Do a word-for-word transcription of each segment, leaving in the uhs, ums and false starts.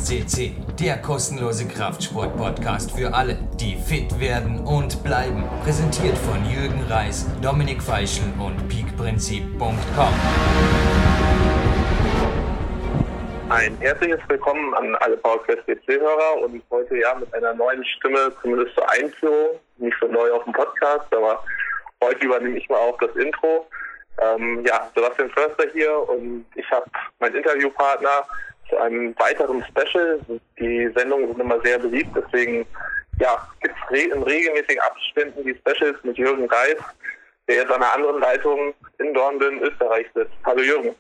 C C, der kostenlose Kraftsport-Podcast für alle, die fit werden und bleiben. Präsentiert von Jürgen Reis, Dominik Feischl und peakprinzip punkt com. Ein herzliches Willkommen an alle PowerQuest C C-Hörer und heute ja mit einer neuen Stimme, zumindest zur Einführung, nicht so neu auf dem Podcast, aber heute übernehme ich mal auch das Intro. Ähm, ja, Sebastian Förster hier und ich habe meinen Interviewpartner zu einem weiteren Special. Die Sendungen sind immer sehr beliebt, deswegen ja, gibt es re- in regelmäßigen Abständen die Specials mit Jürgen Reis, der jetzt an einer anderen Leitung in Dornbirn, Österreich sitzt. Hallo Jürgen.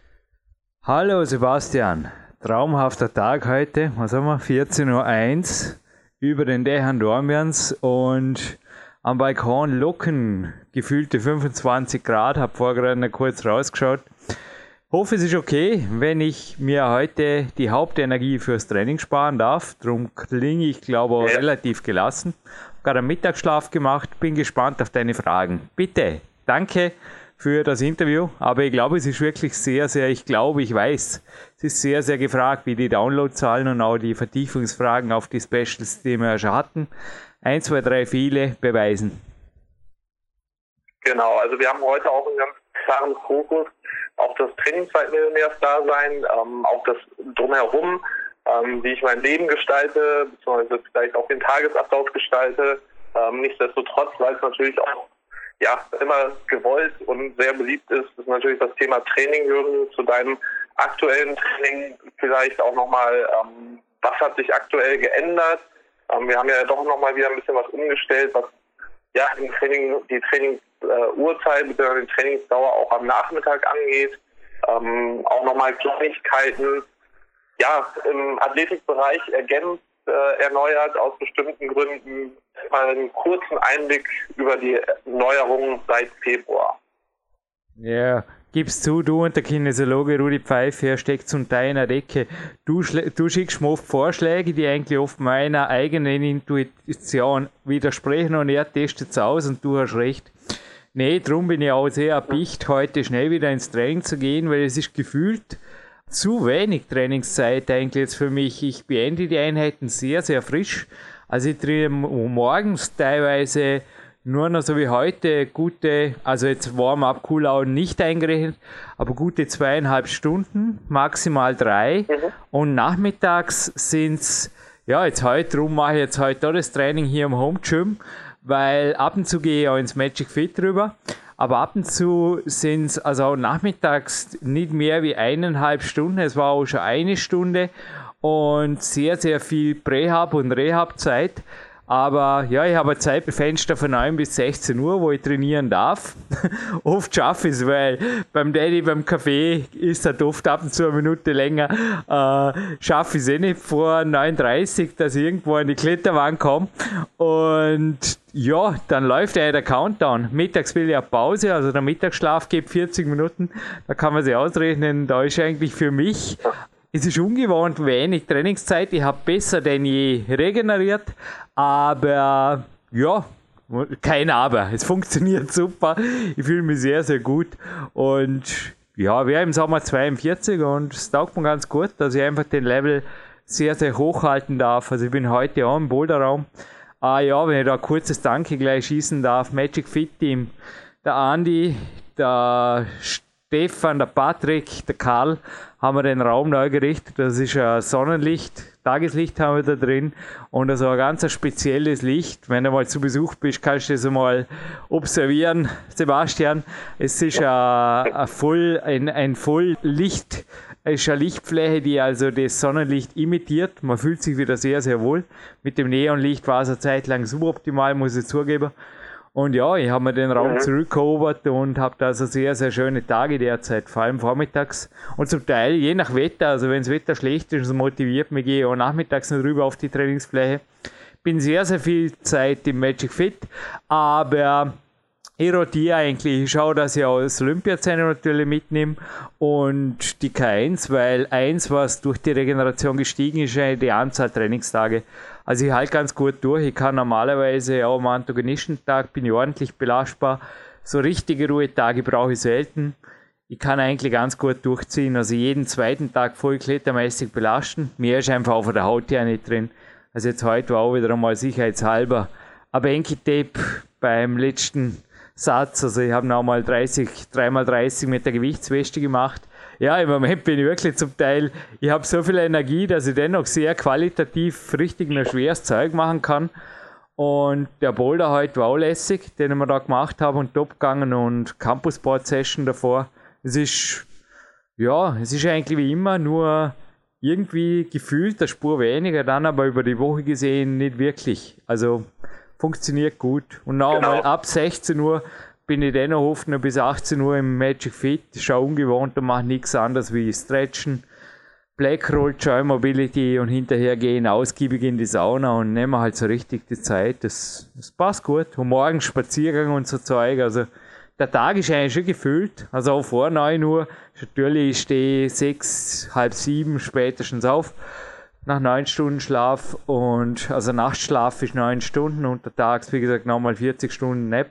Hallo Sebastian, traumhafter Tag heute, was haben wir, vierzehn Uhr eins über den Dächern Dornbirns und am Balkon locken, gefühlte fünfundzwanzig Grad, habe vorher gerade kurz rausgeschaut. Hoffe, es ist okay, wenn ich mir heute die Hauptenergie fürs Training sparen darf. Darum klinge ich, glaube ich, ja. relativ gelassen. Habe gerade einen Mittagsschlaf gemacht, bin gespannt auf deine Fragen. Bitte, danke für das Interview, aber ich glaube, es ist wirklich sehr, sehr, ich glaube, ich weiß, es ist sehr, sehr gefragt, wie die Downloadzahlen und auch die Vertiefungsfragen auf die Specials, die wir ja schon hatten, eins, zwei, drei, viele beweisen. Genau, also wir haben heute auch einen ganz klaren Fokus auf das Trainingszeitmillionärs-Dasein, ähm, auf das Drumherum, ähm, wie ich mein Leben gestalte, beziehungsweise vielleicht auch den Tagesablauf gestalte. Ähm, nichtsdestotrotz, weil es natürlich auch ja immer gewollt und sehr beliebt ist, ist natürlich das Thema Training, Jürgen, zu deinem aktuellen Training vielleicht auch nochmal, ähm, was hat sich aktuell geändert? Ähm, wir haben ja doch nochmal wieder ein bisschen was umgestellt, was ja im Training, die Trainingsuhrzeit bzw. die Trainingsdauer auch am Nachmittag angeht. Ähm, auch nochmal Kleinigkeiten ja im Athletikbereich ergänzt, äh, erneuert aus bestimmten Gründen. Mal einen kurzen Einblick über die Neuerungen seit Februar. Ja, gibst zu, du und der Kinesiologe Rudi Pfeiffer steckt zum Teil in der Decke. Du, schl- du schickst mir oft Vorschläge, die eigentlich oft meiner eigenen Intuition widersprechen und er testet es aus und du hast recht. Nee, darum bin ich auch sehr erpicht, heute schnell wieder ins Training zu gehen, weil es ist gefühlt zu wenig Trainingszeit eigentlich jetzt für mich. Ich beende die Einheiten sehr, sehr frisch. Also ich trainiere morgens teilweise nur noch so wie heute gute, also jetzt Warm-up, Cool-Down nicht eingerechnet, aber gute zweieinhalb Stunden, maximal drei. Mhm. Und nachmittags sind es, ja jetzt heute, darum mache ich jetzt heute auch das Training hier im Home Gym, weil ab und zu gehe ich auch ins Magic Fit rüber. Aber ab und zu sind es also auch nachmittags nicht mehr wie eineinhalb Stunden, es war auch schon eine Stunde und sehr, sehr viel Prähab und Rehab-Zeit. Aber ja, ich habe ein Zeitfenster von neun bis sechzehn Uhr, wo ich trainieren darf. Oft schaffe ich es, weil beim Daddy, beim Kaffee ist der Duft ab und zu eine Minute länger. Äh, schaffe ich es eh nicht vor neun Uhr dreißig, dass ich irgendwo an die Kletterwand komme. Und ja, dann läuft ja der Countdown. Mittags will ich eine Pause, also der Mittagsschlaf geht vierzig Minuten. Da kann man sich ausrechnen, da ist eigentlich für mich... Es ist ungewohnt wenig Trainingszeit. Ich habe besser denn je regeneriert. Aber ja, kein Aber. Es funktioniert super. Ich fühle mich sehr, sehr gut. Und ja, wir im Sommer zweiundvierzig und es taugt mir ganz gut, dass ich einfach den Level sehr, sehr hoch halten darf. Also ich bin heute auch im Boulderraum. Ah ja, wenn ich da ein kurzes Danke gleich schießen darf. Magic Fit Team. Der Andi, der Stefan, der Patrick, der Karl haben wir den Raum neu gerichtet. Das ist ein Sonnenlicht, Tageslicht haben wir da drin und also ein ganz spezielles Licht. Wenn du mal zu Besuch bist, kannst du das mal observieren, Sebastian. Es ist ein, ein Voll, ein, ein Volllicht, es ist eine Lichtfläche, die also das Sonnenlicht imitiert. Man fühlt sich wieder sehr, sehr wohl. Mit dem Neonlicht war es eine Zeit lang suboptimal, muss ich zugeben. Und ja, ich habe mir den Raum mhm. zurückerobert und habe da also sehr, sehr schöne Tage derzeit, vor allem vormittags. Und zum Teil, je nach Wetter, also wenn das Wetter schlecht ist, so motiviert mich, gehe ich auch nachmittags noch rüber auf die Trainingsfläche. Bin sehr, sehr viel Zeit im Magic Fit, aber ich rotiere eigentlich. Ich schaue, dass ich auch das Olympiazentrum natürlich mitnehme und die K eins, weil eins, was durch die Regeneration gestiegen ist, ist die Anzahl Trainingstage. Also ich halte ganz gut durch. Ich kann normalerweise auch am Antagonistentag bin ich ordentlich belastbar. So richtige Ruhetage brauche ich selten. ich kann eigentlich ganz gut durchziehen. Also jeden zweiten Tag vollklettermäßig belasten. Mehr ist einfach auf der Haut ja nicht drin. Also jetzt heute war auch wieder einmal sicherheitshalber ein Bänke-Tape beim letzten Satz. Also ich habe noch mal dreißig, drei mal dreißig mit der Gewichtsweste gemacht. Ja, im Moment bin ich wirklich zum Teil, ich habe so viel Energie, dass ich dennoch sehr qualitativ richtig noch schweres Zeug machen kann. Und der Boulder heute war auch lässig, den wir da gemacht haben und top gegangen und Campus Board Session davor. Es ist, ja, es ist eigentlich wie immer, nur irgendwie gefühlt eine Spur weniger, dann aber über die Woche gesehen nicht wirklich. Also funktioniert gut. Und noch einmal genau. Ab sechzehn Uhr bin ich dennoch oft noch bis achtzehn Uhr im Magic Fit. Das ist schon ungewohnt und mache nichts anderes wie Stretchen, Blackroll, Joy Mobility und hinterher gehen ausgiebig in die Sauna und nehmen halt so richtig die Zeit. Das, das passt gut. Und morgens Spaziergang und so Zeug. Also der Tag ist eigentlich schon gefüllt. Also auch vor neun Uhr. Natürlich ich stehe sechs, halb sieben spätestens auf. Nach neun Stunden Schlaf und also Nachtschlaf ist neun Stunden und der Tags, wie gesagt, nochmal vierzig Stunden Nap.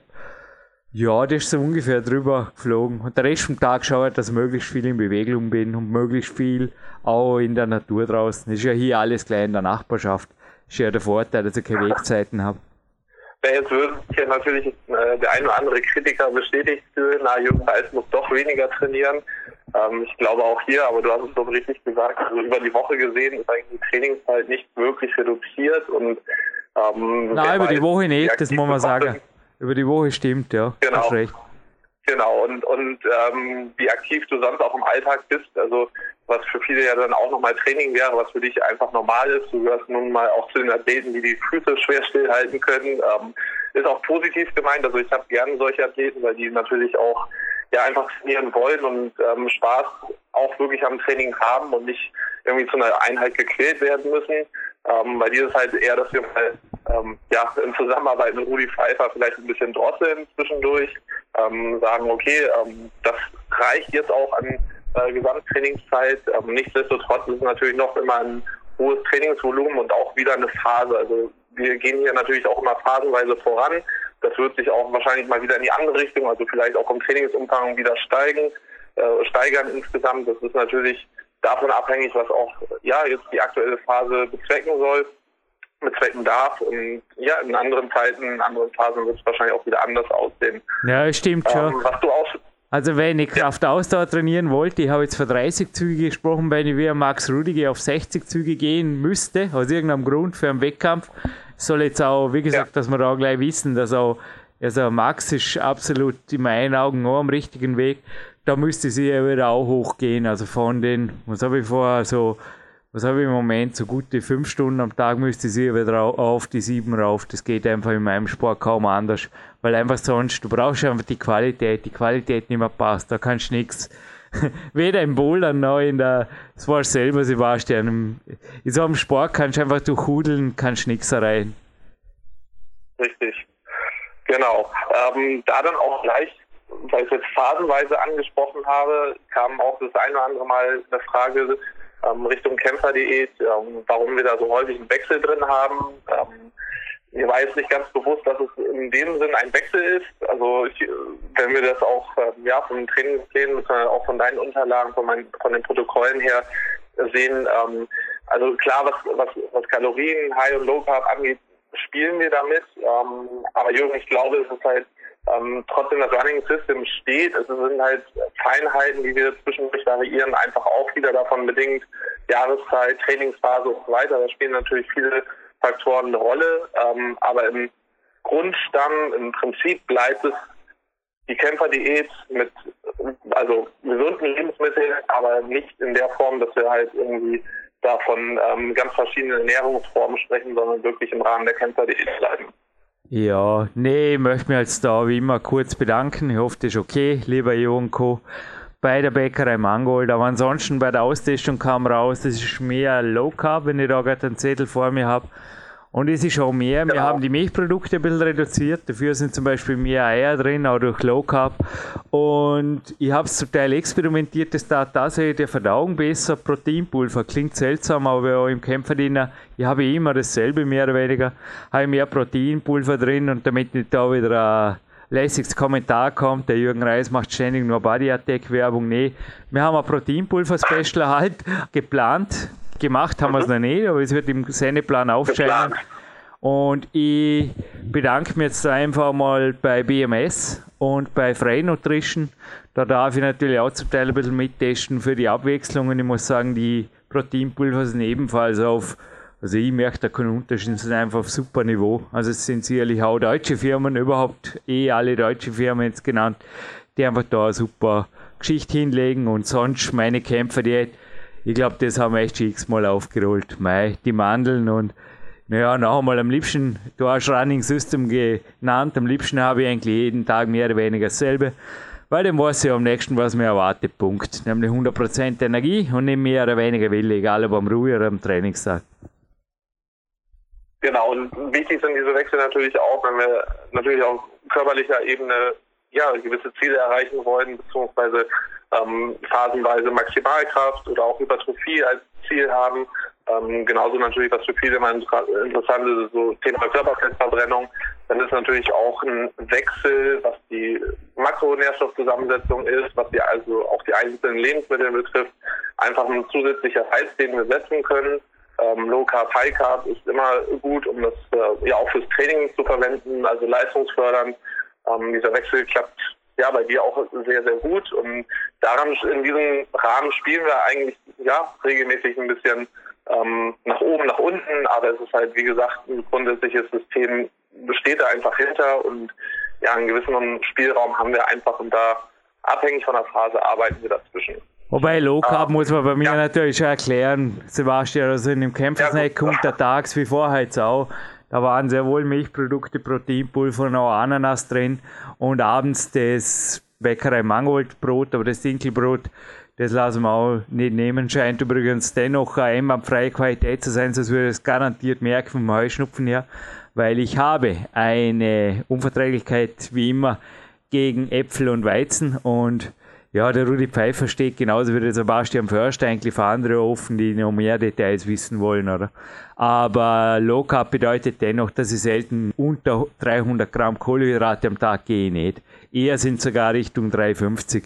Ja, das ist so ungefähr drüber geflogen. Und der Rest vom Tag schaue ich, dass ich möglichst viel in Bewegung bin und möglichst viel auch in der Natur draußen. Das ist ja hier alles gleich in der Nachbarschaft. Das ist ja der Vorteil, dass ich keine Wegzeiten habe. Ja, jetzt würde hier natürlich äh, der ein oder andere Kritiker bestätigt fühlen, na, Jürgen Reis muss doch weniger trainieren. Ähm, ich glaube auch hier, aber du hast es doch richtig gesagt, also über die Woche gesehen ist eigentlich die Trainingszeit nicht wirklich reduziert. Und ähm, Nein, über die Woche nicht, das muss man sagen. Über die Woche stimmt, ja. Genau. Hast recht. Genau, und, und ähm, wie aktiv du sonst auch im Alltag bist, also was für viele ja dann auch nochmal Training wäre, was für dich einfach normal ist. Du gehörst nun mal auch zu den Athleten, die die Füße schwer stillhalten können. Ähm, ist auch positiv gemeint, also ich habe gerne solche Athleten, weil die natürlich auch ja einfach trainieren wollen und ähm, Spaß auch wirklich am Training haben und nicht irgendwie zu einer Einheit gequält werden müssen. Ähm, bei dir ist halt eher, dass wir mal ähm, ja, in Zusammenarbeit mit Rudi Pfeiffer vielleicht ein bisschen drosseln zwischendurch, ähm, sagen, okay, ähm, das reicht jetzt auch an äh, Gesamttrainingszeit. Ähm, nichtsdestotrotz ist es natürlich noch immer ein hohes Trainingsvolumen und auch wieder eine Phase. Also wir gehen hier natürlich auch immer phasenweise voran. Das wird sich auch wahrscheinlich mal wieder in die andere Richtung, also vielleicht auch im Trainingsumfang wieder steigen, äh, steigern insgesamt. Das ist natürlich davon abhängig, was auch ja jetzt die aktuelle Phase bezwecken soll, bezwecken darf. Und ja, in anderen Zeiten, in anderen Phasen wird es wahrscheinlich auch wieder anders aussehen. Ja, stimmt schon. Ähm, was du auch Also wenn ich Kraftausdauer trainieren wollte, ich habe jetzt von dreißig Züge gesprochen, wenn ich wie Max Rudiger auf sechzig Züge gehen müsste, aus irgendeinem Grund für einen Wettkampf, soll jetzt auch, wie gesagt, ja. dass wir da gleich wissen, dass auch, also Max ist absolut in meinen Augen auch am richtigen Weg. Da müsste sie ja wieder auch hochgehen, also von den, was habe ich vorher so, was habe ich im Moment, so gute fünf Stunden am Tag müsste sie wieder auf die sieben rauf. Das geht einfach in meinem Sport kaum anders, weil einfach sonst, du brauchst einfach die Qualität, die Qualität nicht mehr passt, da kannst du nichts, weder im Bouldern noch in der, das war selber, Sebastian, in so einem Sport kannst du einfach durch Hudeln, kannst nichts erreichen. Richtig, genau. Ähm, da dann auch gleich, weil ich es jetzt phasenweise angesprochen habe, kam auch das eine oder andere Mal eine Frage ähm, Richtung Kämpferdiät, ähm, warum wir da so häufig einen Wechsel drin haben. Ähm, mir war jetzt nicht ganz bewusst, dass es in dem Sinn ein Wechsel ist. Also ich, wenn wir das auch ähm, ja, von den Trainingsplänen, sondern auch von deinen Unterlagen, von, meinen, von den Protokollen her sehen, ähm, also klar, was, was, was Kalorien, High- und Low-Carb angeht, spielen wir damit. Ähm, aber Jürgen, ich glaube, es ist halt ähm, trotzdem das Running System steht. Es sind halt Feinheiten, die wir zwischendurch variieren, einfach auch wieder davon bedingt, Jahreszeit, Trainingsphase und so weiter. Da spielen natürlich viele Faktoren eine Rolle. Ähm, aber im Grundstamm, im Prinzip bleibt es die Kämpferdiät mit also gesunden Lebensmitteln, aber nicht in der Form, dass wir halt irgendwie davon ähm, ganz verschiedene Ernährungsformen sprechen, sondern wirklich im Rahmen der Kämpferdiät bleiben. Ja, nee, ich möchte mich jetzt da wie immer kurz bedanken. Ich hoffe, das ist okay, lieber Jürgen Co. bei der Bäckerei Mangold. Aber ansonsten bei der Austestung kam raus, das ist mehr Low Carb, wenn ich da gerade einen Zettel vor mir habe. Und es ist auch mehr, genau. Wir haben die Milchprodukte ein bisschen reduziert, dafür sind zum Beispiel mehr Eier drin, auch durch Low Carb. Und ich habe es zum Teil experimentiert, das tat tatsächlich der Verdauung besser, Proteinpulver, klingt seltsam, aber auch im Kämpferdiener, ich habe immer dasselbe, mehr oder weniger, habe ich mehr Proteinpulver drin und damit nicht da wieder ein lässiges Kommentar kommt, der Jürgen Reis macht ständig nur Body Attack Werbung. Nee, wir haben ein Proteinpulver-Special halt geplant. Gemacht haben wir es noch nicht, aber es wird im Sendeplan aufscheinen. Und ich bedanke mich jetzt einfach mal bei B M S und bei Frey Nutrition. Da darf ich natürlich auch zum Teil ein bisschen mittesten für die Abwechslung. Und ich muss sagen, die Proteinpulver sind ebenfalls auf, also ich merke da keinen Unterschied, sind einfach auf super Niveau. Also es sind sicherlich auch deutsche Firmen, überhaupt eh alle deutsche Firmen jetzt genannt, die einfach da eine super Geschichte hinlegen. Und sonst meine Kämpferdiät, ich glaube, das haben wir echt schon x-mal aufgerollt. Mei, die Mandeln und naja, noch einmal am liebsten, du hast Running System genannt, am liebsten habe ich eigentlich jeden Tag mehr oder weniger dasselbe, weil dann weiß ich am nächsten, was mir erwartet, Punkt. Nämlich hundert Prozent Energie und nicht mehr oder weniger Wille, egal ob am Ruhe oder am Trainingstag. Genau, und wichtig sind diese Wechsel natürlich auch, wenn wir natürlich auf körperlicher Ebene ja, gewisse Ziele erreichen wollen, beziehungsweise ähm, phasenweise Maximalkraft oder auch Hypertrophie als Ziel haben. Ähm, genauso natürlich, was für viele immer interessant ist, so Thema Körperfettverbrennung. Dann ist natürlich auch ein Wechsel, was die Makronährstoffzusammensetzung ist, was die also auch die einzelnen Lebensmittel betrifft, einfach ein zusätzlicher Reiz, den wir setzen können. Ähm, Low Carb, High Carb ist immer gut, um das äh, ja auch fürs Training zu verwenden, also leistungsfördernd. Ähm, dieser Wechsel klappt ja bei dir auch sehr, sehr gut. Und daran, in diesem Rahmen spielen wir eigentlich ja regelmäßig ein bisschen ähm, nach oben, nach unten, aber es ist halt, wie gesagt, ein grundsätzliches System besteht da einfach hinter und ja, einen gewissen Spielraum haben wir einfach und da abhängig von der Phase arbeiten wir dazwischen. Wobei Low Carb ähm, muss man bei mir ja. natürlich schon erklären, Sebastian, also in dem Kämpfersnack ja, untertags wie vorher jetzt auch, da waren sehr wohl Milchprodukte, Proteinpulver und auch Ananas drin und abends das Bäckerei Mangoldbrot, aber das Dinkelbrot, das lassen wir auch nicht nehmen, scheint übrigens dennoch eine einwandfreie Qualität zu sein, sonst würde es garantiert merken vom Heuschnupfen her, weil ich habe eine Unverträglichkeit wie immer gegen Äpfel und Weizen und ja, der Rudi Pfeiffer steht genauso wie der Sebastian Förster eigentlich für andere offen, die noch mehr Details wissen wollen, oder? Aber Low Carb bedeutet dennoch, dass ich selten unter dreihundert Gramm Kohlenhydrate am Tag gehe, nicht. Eher sind sogar Richtung dreihundertfünfzig.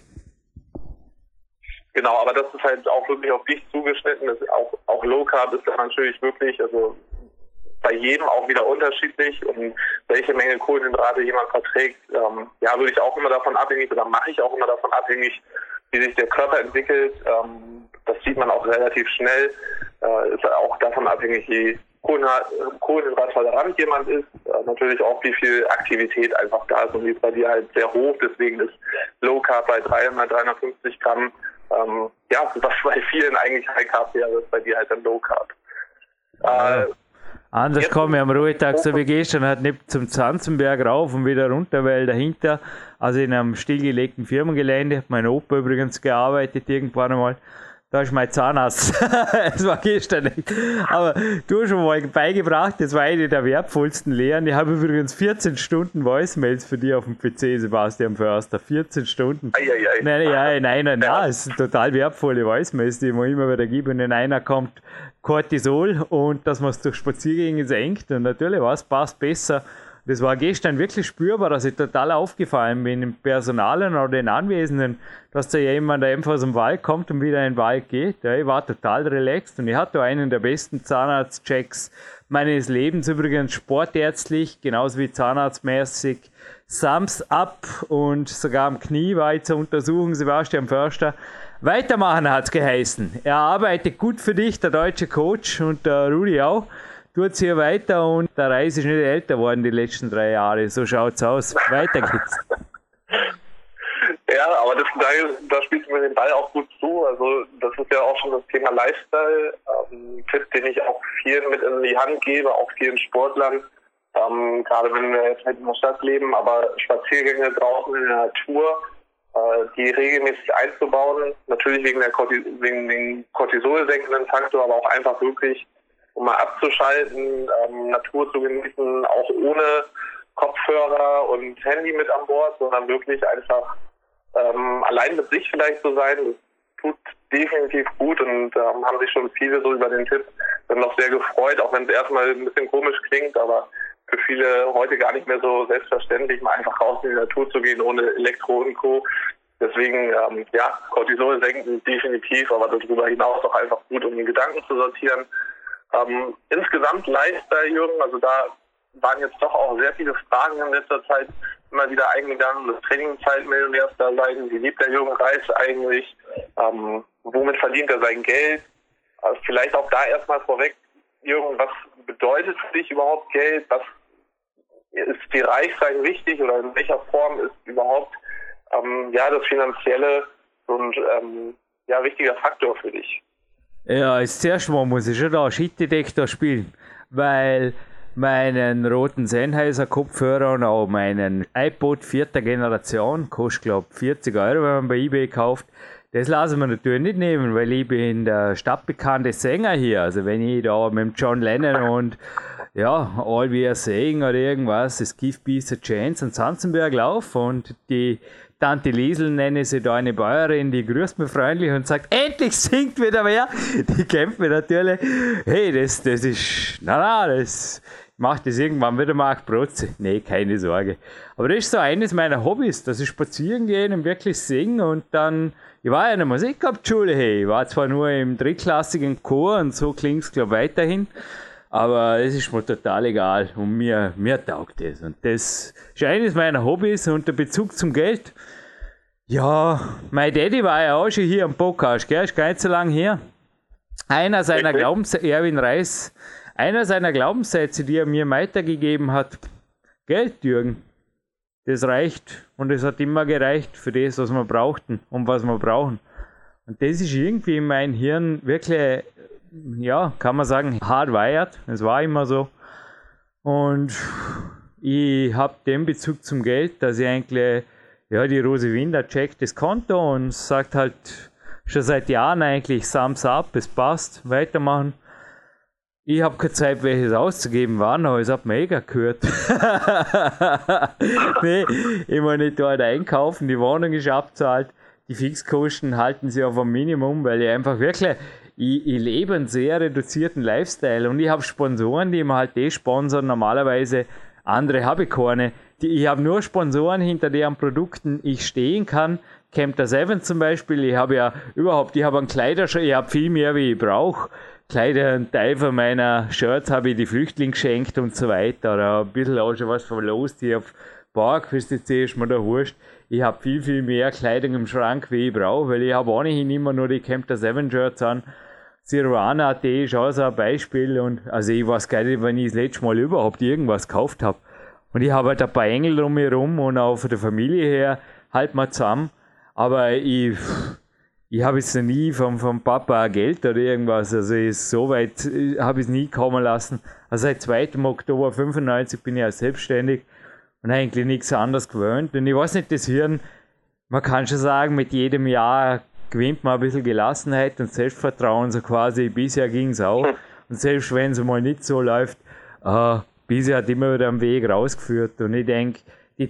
Genau, aber das ist halt auch wirklich auf dich zugeschnitten. Das ist auch, auch Low Carb ist dann natürlich wirklich, also bei jedem auch wieder unterschiedlich und welche Menge Kohlenhydrate jemand verträgt, ähm, ja, würde ich auch immer davon abhängig oder mache ich auch immer davon abhängig, wie sich der Körper entwickelt. Ähm, das sieht man auch relativ schnell. Äh, ist auch davon abhängig, wie kohlenhydrattolerant jemand ist. Äh, natürlich auch, wie viel Aktivität einfach da ist und die ist bei dir halt sehr hoch. Deswegen ist Low Carb bei dreihundert, dreihundertfünfzig Gramm. Ähm, ja, was bei vielen eigentlich High Carb wäre, ist bei dir halt dann Low Carb. Ja. Äh, Anders ja. komme ich am Ruhetag, so wie gestern, halt nicht zum Zanzenberg rauf und wieder runter, weil dahinter, also in einem stillgelegten Firmengelände, hat mein Opa übrigens gearbeitet irgendwann einmal, da ist mein Zahnarzt. Das war gestern nicht. Aber du hast schon mal beigebracht, das war eine der wertvollsten Lehren. Ich habe übrigens vierzehn Stunden Voicemails für dich auf dem P C, Sebastian Förster. vierzehn Stunden. Ei, ei, ei. Nein, nein, nein, nein, nein, es sind total wertvolle Voicemails, die ich mir immer wieder gebe. Und in einer kommt Cortisol und dass man es durch Spaziergänge senkt. Und natürlich, was passt besser? Das war gestern wirklich spürbar, dass ich total aufgefallen bin im Personal oder den Anwesenden, dass da jemand einfach aus dem Wald kommt und wieder in den Wald geht. Ja, ich war total relaxed und ich hatte einen der besten Zahnarztchecks meines Lebens, übrigens sportärztlich, genauso wie zahnarztmäßig. Thumbs up und sogar am Knie war ich zur Untersuchung, Sebastian Förster. Weitermachen hat es geheißen. Er arbeitet gut für dich, der deutsche Coach und der Rudi auch. Tut hier weiter und der Reis ist nicht älter geworden die letzten drei Jahre. So schaut's aus. Weiter geht's. Ja, aber das, da, da spielst du mir den Ball auch gut zu. Also das ist ja auch schon das Thema Lifestyle. Ähm, Tipp, den ich auch vielen mit in die Hand gebe, auch vielen Sportlern. Ähm, gerade wenn wir jetzt halt in der Stadt leben, aber Spaziergänge draußen in der Natur, äh, die regelmäßig einzubauen. Natürlich wegen der Cortis- wegen den Cortisol-senkenden Faktor, aber auch einfach wirklich um mal abzuschalten, ähm, Natur zu genießen, auch ohne Kopfhörer und Handy mit an Bord, sondern wirklich einfach ähm, allein mit sich vielleicht zu sein. Das tut definitiv gut und ähm, haben sich schon viele so über den Tipp dann noch sehr gefreut, auch wenn es erstmal ein bisschen komisch klingt, aber für viele heute gar nicht mehr so selbstverständlich, mal einfach raus in die Natur zu gehen ohne Elektro und Co. Deswegen, ähm, ja, Cortisol senken definitiv, aber darüber hinaus auch einfach gut, um die Gedanken zu sortieren. Ähm, insgesamt Lifestyle, Jürgen, also da waren jetzt doch auch sehr viele Fragen in letzter Zeit immer wieder eingegangen. Das Trainingszeit-Millionärs-Dasein, wie lebt der Jürgen Reis eigentlich? Ähm, womit verdient er sein Geld? Also vielleicht auch da erstmal vorweg, Jürgen, was bedeutet für dich überhaupt Geld? Was ist dir Reichsein wichtig oder in welcher Form ist überhaupt ähm, ja das Finanzielle so ein ähm, ja, wichtiger Faktor für dich? Ja, als zuerst mal muss ich schon da Shit-Detektor spielen, weil meinen roten Sennheiser Kopfhörer und auch meinen iPod vierter Generation, kostet glaube ich vierzig Euro, wenn man bei eBay kauft, das lassen wir natürlich nicht nehmen, weil ich bin der stadtbekannte Sänger hier. Also wenn ich da mit John Lennon und ja, All We Are Saying oder irgendwas, das Give Peace a Chance und Sanzenberg laufe und die Tante Liesel, nenne sie da eine Bäuerin, die grüßt mich freundlich und sagt, endlich singt wieder wer. Die kämpft mir natürlich. Hey, das, das ist, na na, das macht das irgendwann wieder Mark Brotze. Nee, keine Sorge. Aber das ist so eines meiner Hobbys, dass ich spazieren gehe und wirklich singen und dann, ich war ja in der Musikhauptschule, hey, ich war zwar nur im drittklassigen Chor und so klingt es glaube ich weiterhin, aber es ist mir total egal und mir, mir taugt das. Und das ist eines meiner Hobbys und der Bezug zum Geld. Ja, mein Daddy war ja auch schon hier am Podcast, gell, ist gar nicht so lange her. Einer seiner Glaubenssätze, Erwin Reis, einer seiner Glaubenssätze, die er mir weitergegeben hat, Geld, Jürgen, das reicht und es hat immer gereicht für das, was wir brauchten und was wir brauchen. Und das ist irgendwie in meinem Hirn wirklich, ja, kann man sagen, hardwired. Es war immer so. Und ich habe den Bezug zum Geld, dass ich eigentlich, ja, die Rose Winder checkt das Konto und sagt halt schon seit Jahren eigentlich Thumbs up, es passt, weitermachen. Ich habe keine Zeit, welches auszugeben war, aber es hat mir eh gehört. Nee, ich muss nicht dort einkaufen, die Wohnung ist abzahlt, die Fixkosten halten sich auf ein Minimum, weil ich einfach wirklich, ich, ich lebe einen sehr reduzierten Lifestyle und ich habe Sponsoren, die mir halt eh sponsern, normalerweise andere habe ich keine. Die, ich habe nur Sponsoren, hinter deren Produkten ich stehen kann. Camper sieben zum Beispiel, ich habe ja überhaupt, ich habe einen Kleiderschrank, ich habe viel mehr, wie ich brauche. Kleider, ein Teil von meiner Shirts habe ich die Flüchtlinge geschenkt und so weiter. Oder ein bisschen auch schon was verlost hier auf Parkfest, ist mir da wurscht. Ich habe viel, viel mehr Kleidung im Schrank, wie ich brauche, weil ich habe ohnehin immer nur die Camper sieben Shirts an. Sirwana Punkt at ist auch so ein Beispiel. Und also ich weiß gar nicht, wann ich das letzte Mal überhaupt irgendwas gekauft habe. Und ich habe halt ein paar Engel drumherum und auch von der Familie her halt mal zusammen. Aber ich... Ich habe jetzt noch nie vom, vom Papa Geld oder irgendwas, also ist, so weit habe ich es nie kommen lassen. Also seit zweiten Oktober fünfundneunzig bin ich ja selbstständig und eigentlich nichts anderes gewöhnt. Und ich weiß nicht, das Hirn, man kann schon sagen, mit jedem Jahr gewinnt man ein bisschen Gelassenheit und Selbstvertrauen, so quasi, bisher ging es auch. Und selbst wenn es mal nicht so läuft, äh, bisher hat immer wieder einen Weg rausgeführt. Und ich denke, die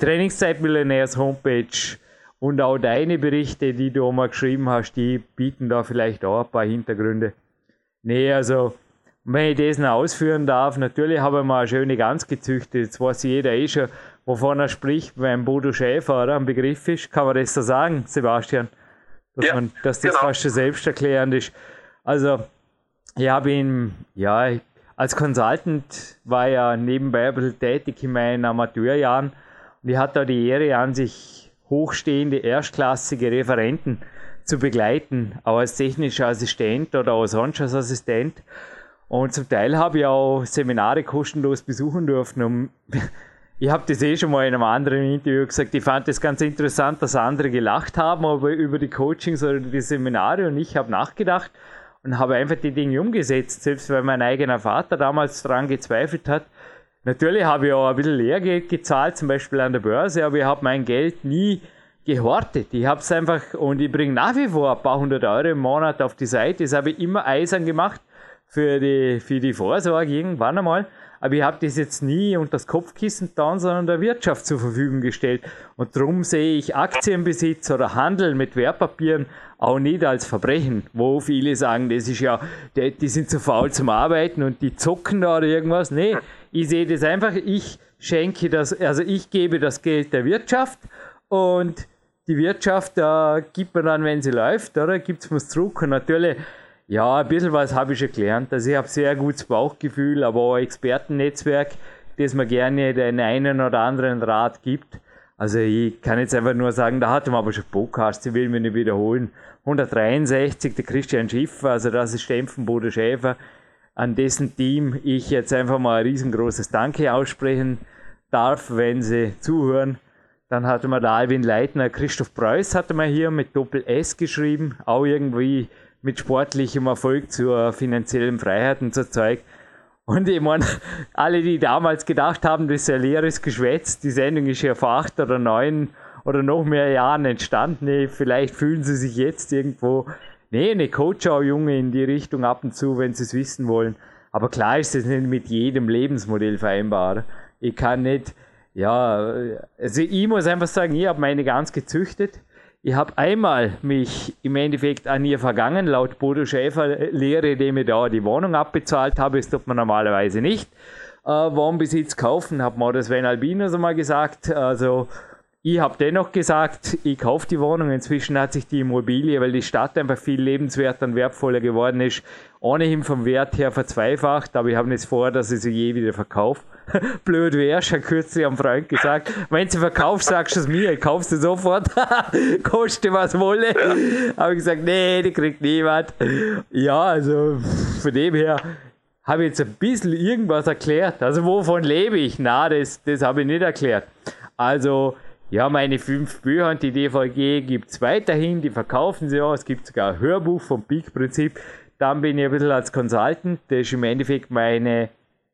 Trainingszeit-Millionärs-Homepage und auch deine Berichte, die du mal geschrieben hast, die bieten da vielleicht auch ein paar Hintergründe. Nee, also, wenn ich das noch ausführen darf, natürlich habe ich mal eine schöne Gans gezüchtet. Jetzt weiß jeder eh schon, wovon er spricht, wenn Bodo Schäfer oder ein Begriff ist. Kann man das so sagen, Sebastian? Dass, ja, man, dass das genau. Fast schon selbsterklärend ist. Also, ich habe ihn, ja, als Consultant war ja nebenbei ein bisschen tätig in meinen Amateurjahren und ich hatte da die Ehre an sich, hochstehende, erstklassige Referenten zu begleiten, auch als technischer Assistent oder auch sonst als Assistent. Und zum Teil habe ich auch Seminare kostenlos besuchen dürfen. Und ich habe das eh schon mal in einem anderen Interview gesagt, ich fand das ganz interessant, dass andere gelacht haben aber über die Coachings oder die Seminare und ich habe nachgedacht und habe einfach die Dinge umgesetzt, selbst weil mein eigener Vater damals daran gezweifelt hat. Natürlich habe ich auch ein bisschen Lehrgeld gezahlt, zum Beispiel an der Börse, aber ich habe mein Geld nie gehortet. Ich habe es einfach, und ich bringe nach wie vor ein paar hundert Euro im Monat auf die Seite. Das habe ich immer eisern gemacht für die, für die Vorsorge irgendwann einmal. Aber ich habe das jetzt nie unter das Kopfkissen getan, sondern der Wirtschaft zur Verfügung gestellt. Und darum sehe ich Aktienbesitz oder Handel mit Wertpapieren auch nicht als Verbrechen, wo viele sagen, das ist ja, die, die sind zu faul zum Arbeiten und die zocken da oder irgendwas. Nee, ich sehe das einfach, ich schenke das, also ich gebe das Geld der Wirtschaft und die Wirtschaft äh, gibt mir dann, wenn sie läuft, oder, gibt es was zurück. Und natürlich, ja, ein bisschen was habe ich schon gelernt. Also ich habe sehr gutes Bauchgefühl, aber auch ein Expertennetzwerk, das mir gerne den einen oder anderen Rat gibt. Also ich kann jetzt einfach nur sagen, da hatten wir aber schon Podcasts, ich will mich nicht wiederholen. hundertdreiundsechzig, der Christian Schiffer, also das ist Stempfen Bodo Schäfer, an dessen Team ich jetzt einfach mal ein riesengroßes Danke aussprechen darf, wenn sie zuhören. Dann hatte man der Alvin Leitner, Christoph Preuß hatte man hier mit Doppel-S geschrieben, auch irgendwie mit sportlichem Erfolg zur finanziellen Freiheit und so Zeug. Und ich meine, alle, die damals gedacht haben, das ist ein leeres Geschwätz, die Sendung ist ja vor acht oder neun oder noch mehr Jahren entstanden, nee, vielleicht fühlen sie sich jetzt irgendwo, nee, eine Coach-Junge in die Richtung ab und zu, wenn sie es wissen wollen. Aber klar ist das nicht mit jedem Lebensmodell vereinbar. Ich kann nicht, ja, also ich muss einfach sagen, ich habe meine Gans gezüchtet. Ich habe einmal mich im Endeffekt an ihr vergangen, laut Bodo Schäfer Lehre, dem ich da die Wohnung abbezahlt habe. Das tut man normalerweise nicht. Äh, Wohnbesitz kaufen, hat mir das Sven Albino so mal gesagt. Also ich habe dennoch gesagt, ich kaufe die Wohnung. Inzwischen hat sich die Immobilie, weil die Stadt einfach viel lebenswerter und wertvoller geworden ist, ohnehin vom Wert her verzweifacht. Aber ich habe nicht vor, dass ich sie je wieder verkaufe. Blöd wäre, schon kürzlich am Freund gesagt, wenn sie verkaufst, sagst du es mir, ich kaufe sie sofort, koste was wolle. Ja. Habe ich gesagt, nee, die kriegt niemand. Ja, also von dem her habe ich jetzt ein bisschen irgendwas erklärt. Also wovon lebe ich? Na, das, das habe ich nicht erklärt. Also, ja, meine fünf Bücher und die D V G gibt es weiterhin, die verkaufen sie auch. Es gibt sogar ein Hörbuch vom Peak-Prinzip. Dann bin ich ein bisschen als Consultant, das ist im Endeffekt meine...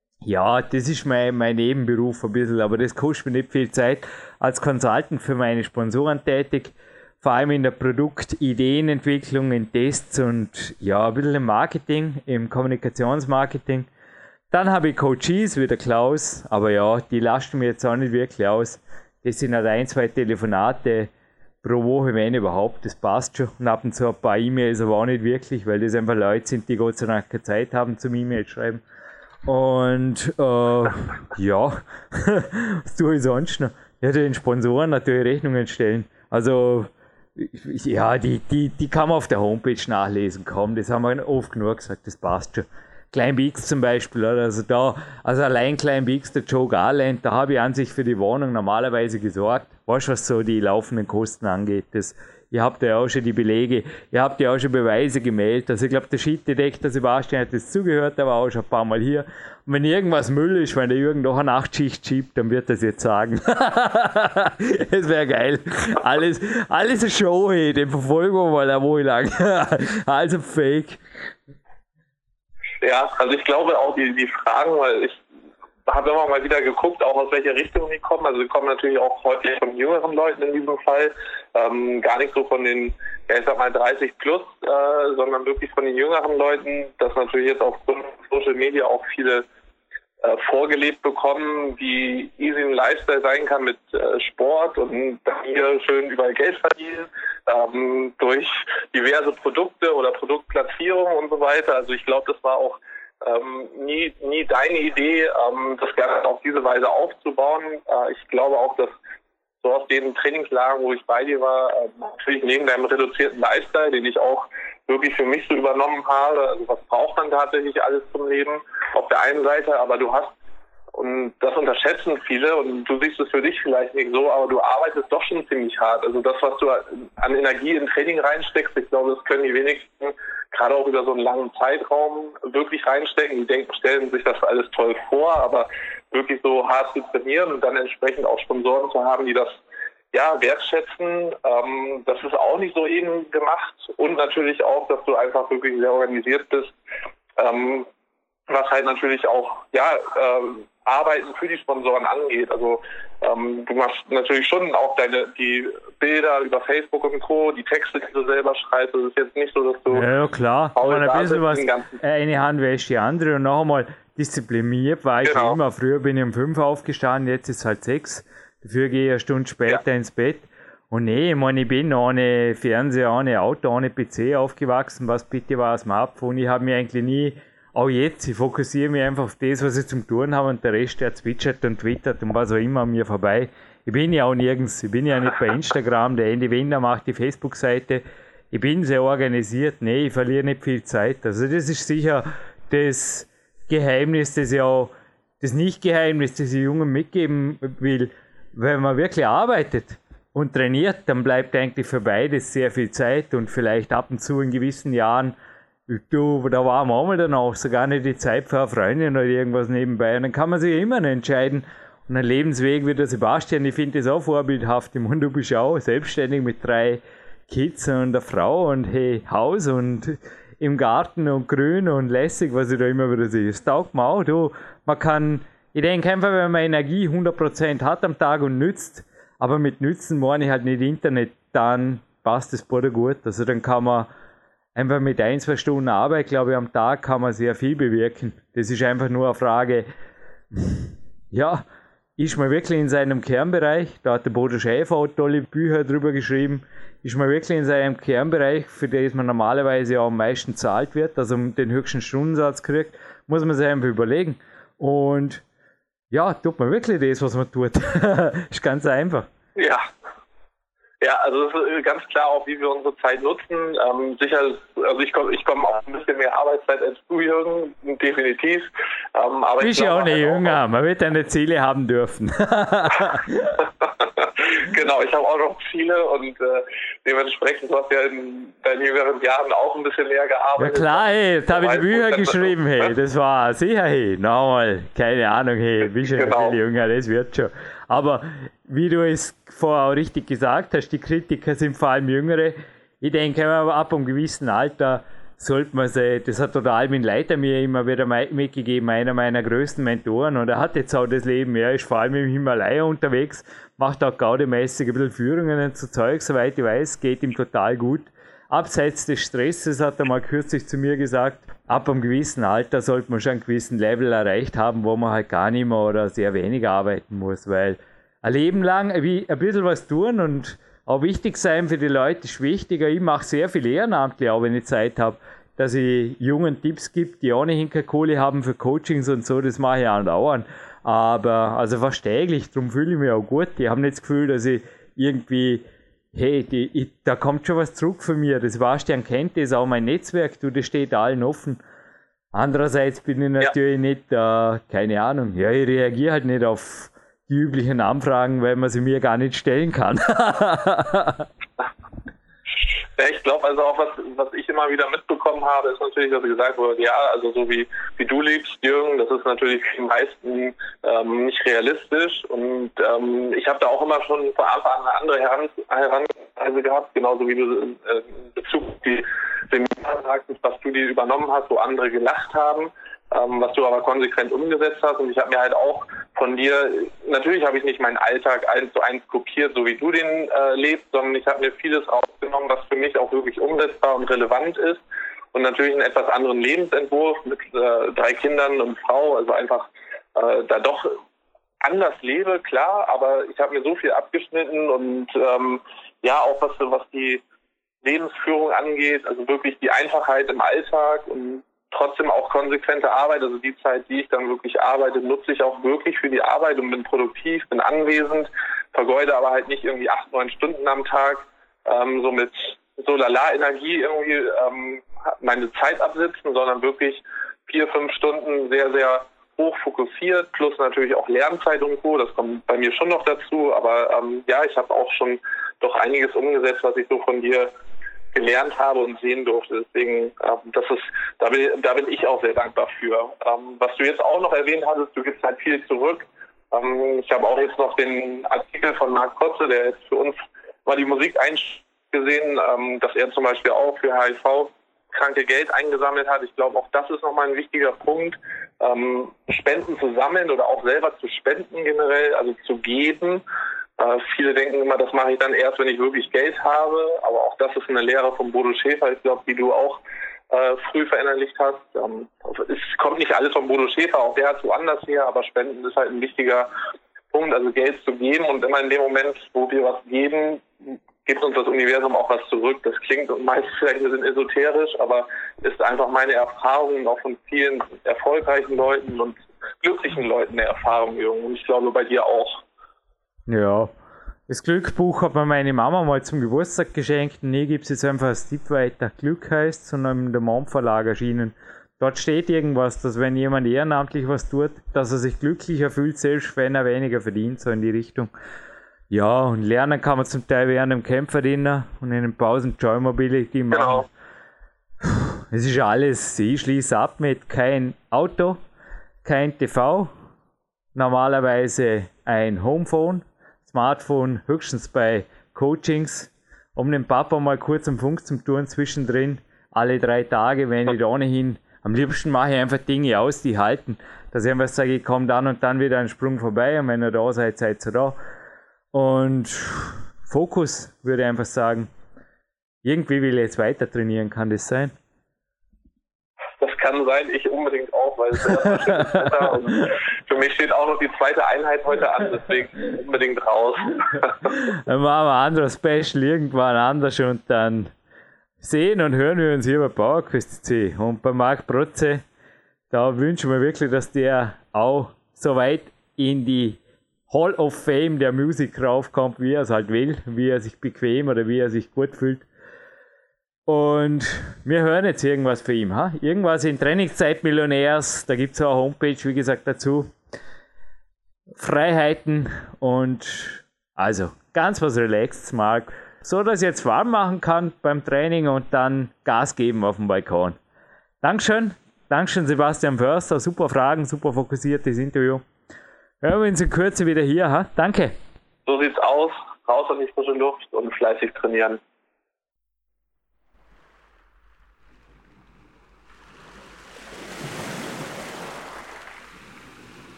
Ja, das ist mein, mein Nebenberuf ein bisschen, aber das kostet mir nicht viel Zeit. Als Consultant für meine Sponsoren tätig, vor allem in der Produktideenentwicklung, in Tests und ja, ein bisschen im Marketing, im Kommunikationsmarketing. Dann habe ich Coaches wie der Klaus, aber ja, die lasten mir jetzt auch nicht wirklich aus. Das sind halt ein, zwei Telefonate pro Woche, wenn überhaupt, das passt schon. Und ab und zu ein paar E-Mails, aber auch nicht wirklich, weil das einfach Leute sind, die Gott sei Dank keine Zeit haben zum E-Mail schreiben. Und äh, ja, was tue ich sonst noch? Ja, den Sponsoren natürlich Rechnungen stellen. Also ja, die, die, die kann man auf der Homepage nachlesen, kaum. Das haben wir oft genug gesagt, das passt schon. Klein Bix zum Beispiel, oder? Also da, also allein Klein Bix, der Joe Garland, da habe ich an sich für die Wohnung normalerweise gesorgt. Weißt du, was so die laufenden Kosten angeht? Das, ihr habt ja auch schon die Belege, ihr habt ja auch schon Beweise gemeldet. Also ich glaube, der Shit-Detektor Sebastian hat das zugehört, der war auch schon ein paar Mal hier. Und wenn irgendwas Müll ist, wenn der Jürgen noch eine Nachtschicht schiebt, dann wird er es jetzt sagen. Das wäre geil. Alles, alles eine Show, hey, den verfolgen wir mal eine Woche lang. Also Fake. Ja, also ich glaube auch die, die Fragen, weil ich habe immer mal wieder geguckt, auch aus welcher Richtung die kommen. Also die kommen natürlich auch häufig von jüngeren Leuten in diesem Fall, ähm, gar nicht so von den, ja ich sag mal dreißig plus, äh, sondern wirklich von den jüngeren Leuten, dass natürlich jetzt aufgrund von Social Media auch viele äh, vorgelebt bekommen, wie easy ein Lifestyle sein kann mit äh, Sport und dann hier schön überall Geld verdienen, ähm, durch diverse Produkte oder Produktplatzierungen und so weiter. Also ich glaube, das war auch Ähm, nie, nie deine Idee, ähm, das Ganze auf diese Weise aufzubauen. Äh, ich glaube auch, dass so aus den Trainingslagern, wo ich bei dir war, äh, natürlich neben deinem reduzierten Lifestyle, den ich auch wirklich für mich so übernommen habe, also was braucht man tatsächlich alles zum Leben auf der einen Seite, aber du hast, und das unterschätzen viele und du siehst es für dich vielleicht nicht so, aber du arbeitest doch schon ziemlich hart. Also das, was du an Energie in Training reinsteckst, ich glaube, das können die wenigsten gerade auch über so einen langen Zeitraum wirklich reinstecken. Die denken, stellen sich das alles toll vor, aber wirklich so hart zu trainieren und dann entsprechend auch Sponsoren zu haben, die das ja wertschätzen, ähm, das ist auch nicht so eben gemacht. Und natürlich auch, dass du einfach wirklich sehr organisiert bist, ähm, was halt natürlich auch ja ähm, Arbeiten für die Sponsoren angeht. Also ähm, du machst natürlich schon auch deine die Bilder über Facebook und Co., die Texte, die du selber schreibst. Es ist jetzt nicht so, dass du... Ja, ja klar. Man ein bisschen was, eine Hand wäscht die andere und noch einmal diszipliniert war ich genau. Immer. Früher bin ich um fünf aufgestanden, jetzt ist es halt sechs. Dafür gehe ich eine Stunde später ja. ins Bett. Und nee, ich meine, ich bin ohne Fernseher, ohne Auto, ohne P C aufgewachsen. Was bitte war es mal ab? Und ich habe mich eigentlich nie auch jetzt, ich fokussiere mich einfach auf das, was ich zum Tun habe und der Rest, der zwitschert und twittert und was auch immer an mir vorbei. Ich bin ja auch nirgends, ich bin ja nicht bei Instagram, der Andy Wender macht die Facebook-Seite. Ich bin sehr organisiert, nee, ich verliere nicht viel Zeit. Also das ist sicher das Geheimnis, das ich auch, das Nicht-Geheimnis, das ich Jungen mitgeben will. Wenn man wirklich arbeitet und trainiert, dann bleibt eigentlich für beides sehr viel Zeit und vielleicht ab und zu in gewissen Jahren, du, da war man auch mal danach sogar nicht die Zeit für eine Freundin oder irgendwas nebenbei. Und dann kann man sich immer noch entscheiden. Und ein Lebensweg wie der Sebastian, ich finde das auch vorbildhaft. Ich meine, du bist auch selbstständig mit drei Kids und einer Frau und hey, Haus und im Garten und grün und lässig, was ich da immer wieder sehe. Das taugt mir auch. Du, man kann, ich denke einfach, wenn man Energie hundert Prozent hat am Tag und nützt, aber mit nützen meine ich halt nicht Internet, dann passt das Boden gut. Also dann kann man einfach mit ein, zwei Stunden Arbeit, glaube ich, am Tag kann man sehr viel bewirken. Das ist einfach nur eine Frage, ja, ist man wirklich in seinem Kernbereich, da hat der Bodo Schäfer auch tolle Bücher drüber geschrieben, ist man wirklich in seinem Kernbereich, für das man normalerweise auch am meisten zahlt wird, also den höchsten Stundensatz kriegt, muss man sich einfach überlegen. Und ja, tut man wirklich das, was man tut. Ist ganz einfach. Ja. Ja, also es ist ganz klar auch, wie wir unsere Zeit nutzen. Ähm, sicher, also ich komme ich komm auch ein bisschen mehr Arbeitszeit als du, Jürgen, definitiv. Ähm, aber du bist ja auch nicht jünger, man wird deine Ziele haben dürfen. Genau, ich habe auch noch Ziele und äh, dementsprechend, du hast ja in deinen jüngeren Jahren auch ein bisschen mehr gearbeitet. Ja klar, hey, da habe ich die Bücher geschrieben, hey, das war sicher, hey, nochmal, keine Ahnung, hey, bist ja genau. Viel jünger, das wird schon. Aber wie du es vorher auch richtig gesagt hast, die Kritiker sind vor allem Jüngere. Ich denke, aber ab einem gewissen Alter sollte man sie, das hat der Albin Leiter mir immer wieder mitgegeben, einer meiner größten Mentoren, und er hat jetzt auch das Leben, er ist vor allem im Himalaya unterwegs, macht auch gaudemäßig ein bisschen Führungen zu Zeug, soweit ich weiß, geht ihm total gut. Abseits des Stresses, hat er mal kürzlich zu mir gesagt, ab einem gewissen Alter sollte man schon einen gewissen Level erreicht haben, wo man halt gar nicht mehr oder sehr wenig arbeiten muss, weil ein Leben lang wie ein bisschen was tun und auch wichtig sein für die Leute ist wichtiger. Ich mache sehr viel ehrenamtlich, auch wenn ich Zeit habe, dass ich jungen Tipps gebe, die ohnehin keine Kohle haben für Coachings und so, das mache ich auch andauernd. Aber also fast täglich, darum fühle ich mich auch gut. Ich habe nicht das Gefühl, dass ich irgendwie, hey, die, ich, da kommt schon was zurück von mir. Das Sebastian kennt das, auch mein Netzwerk, du, das steht allen offen. Andererseits bin ich natürlich ja. nicht, äh, keine Ahnung, ja, ich reagiere halt nicht auf die üblichen Anfragen, weil man sie mir gar nicht stellen kann. Ja, ich glaube, also auch was, was ich immer wieder mitbekommen habe, ist natürlich, dass gesagt wurde, ja, also so wie, wie du liebst, Jürgen, das ist natürlich für die meisten ähm, nicht realistisch. Und ähm, ich habe da auch immer schon von Anfang an eine andere Heran Herangehensweise gehabt, genauso wie du äh, in Bezug auf die Seminare sagtest, was du dir übernommen hast, wo andere gelacht haben. Ähm, was du aber konsequent umgesetzt hast. Und ich habe mir halt auch von dir, natürlich habe ich nicht meinen Alltag eins zu eins kopiert, so wie du den äh, lebst, sondern ich habe mir vieles rausgenommen, was für mich auch wirklich umsetzbar und relevant ist. Und natürlich einen etwas anderen Lebensentwurf mit äh, drei Kindern und Frau, also einfach äh, da doch anders lebe, klar, aber ich habe mir so viel abgeschnitten und ähm, ja, auch was, was die Lebensführung angeht, also wirklich die Einfachheit im Alltag und trotzdem auch konsequente Arbeit, also die Zeit, die ich dann wirklich arbeite, nutze ich auch wirklich für die Arbeit und bin produktiv, bin anwesend, vergeude aber halt nicht irgendwie acht, neun Stunden am Tag, ähm, so mit so lala Energie irgendwie ähm, meine Zeit absitzen, sondern wirklich vier, fünf Stunden sehr, sehr hoch fokussiert, plus natürlich auch Lernzeit und Co. Das kommt bei mir schon noch dazu, aber ähm, ja, ich habe auch schon doch einiges umgesetzt, was ich so von dir gelernt habe und sehen durfte. Deswegen, ähm, das ist, da bin, da bin ich auch sehr dankbar für. Ähm, was du jetzt auch noch erwähnt hattest, du gibst halt viel zurück. Ähm, ich habe auch jetzt noch den Artikel von Marc Kotze, der jetzt für uns mal die Musik eingesehen, ähm, dass er zum Beispiel auch für H I V-Kranke Geld eingesammelt hat. Ich glaube, auch das ist nochmal ein wichtiger Punkt. Ähm, Spenden zu sammeln oder auch selber zu spenden generell, also zu geben. Uh, viele denken immer, das mache ich dann erst, wenn ich wirklich Geld habe, aber auch das ist eine Lehre von Bodo Schäfer, ich glaube, die du auch uh, früh verinnerlicht hast. Um, es kommt nicht alles von Bodo Schäfer, auch der hat es woanders her, aber Spenden ist halt ein wichtiger Punkt, also Geld zu geben und immer in dem Moment, wo wir was geben, gibt uns das Universum auch was zurück. Das klingt meist vielleicht ein bisschen esoterisch, aber ist einfach meine Erfahrung und auch von vielen erfolgreichen Leuten und glücklichen Leuten eine Erfahrung, Jürgen. Und ich glaube bei dir auch. Ja, das Glückbuch hat mir meine Mama mal zum Geburtstag geschenkt. Und hier gibt es jetzt einfach als Tipp weiter. Glück heißt, sondern in der Mom Verlag erschienen. Dort steht irgendwas, dass wenn jemand ehrenamtlich was tut, dass er sich glücklicher fühlt, selbst wenn er weniger verdient, so in die Richtung. Ja, und lernen kann man zum Teil während dem Kämpferdiener und in den Pausen Joy Mobility machen. Genau. Es ist alles, ich schließe ab mit kein Auto, kein T V, normalerweise ein Homephone, Smartphone höchstens bei Coachings, um den Papa mal kurz am Funk zum Touren zwischendrin, alle drei Tage, wenn ich da ohnehin, am liebsten mache ich einfach Dinge aus, die halten, dass ich einfach sage, ich komme dann und dann wieder einen Sprung vorbei und wenn ihr da seid, seid ihr da. Und Fokus, würde ich einfach sagen, irgendwie will ich jetzt weiter trainieren, kann das sein? Das kann sein, ich unbedingt auch, weil es ist ja schönes Wetter und für mich steht auch noch die zweite Einheit heute an, deswegen unbedingt raus. Dann machen wir ein anderes Special irgendwann anders und dann sehen und hören wir uns hier bei PowerQuest C. Und bei Marc Protze, da wünschen wir wirklich, dass der auch so weit in die Hall of Fame der Musik raufkommt, wie er es halt will, wie er sich bequem oder wie er sich gut fühlt. Und wir hören jetzt irgendwas für ihn. Ha? Irgendwas in Trainingszeit Millionärs, da gibt es auch eine Homepage, wie gesagt, dazu. Freiheiten und also ganz was Relaxed, Marc. So, dass ich jetzt warm machen kann beim Training und dann Gas geben auf dem Balkon. Dankeschön. Dankeschön, Sebastian Förster. Super Fragen, super fokussiertes Interview. Hören wir uns in Kürze wieder hier. Ha? Danke. So sieht's aus. Raus an die frische Luft und fleißig trainieren.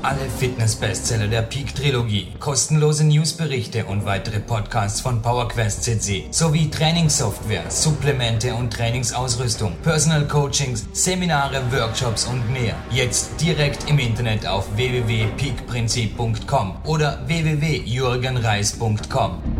alle Fitness-Bestseller der Peak-Trilogie, kostenlose Newsberichte und weitere Podcasts von PowerQuest C C sowie Trainingssoftware, Supplemente und Trainingsausrüstung, Personal Coachings, Seminare, Workshops und mehr. Jetzt direkt im Internet auf w w w punkt peak prinzip punkt com oder w w w punkt jürgen reis punkt com.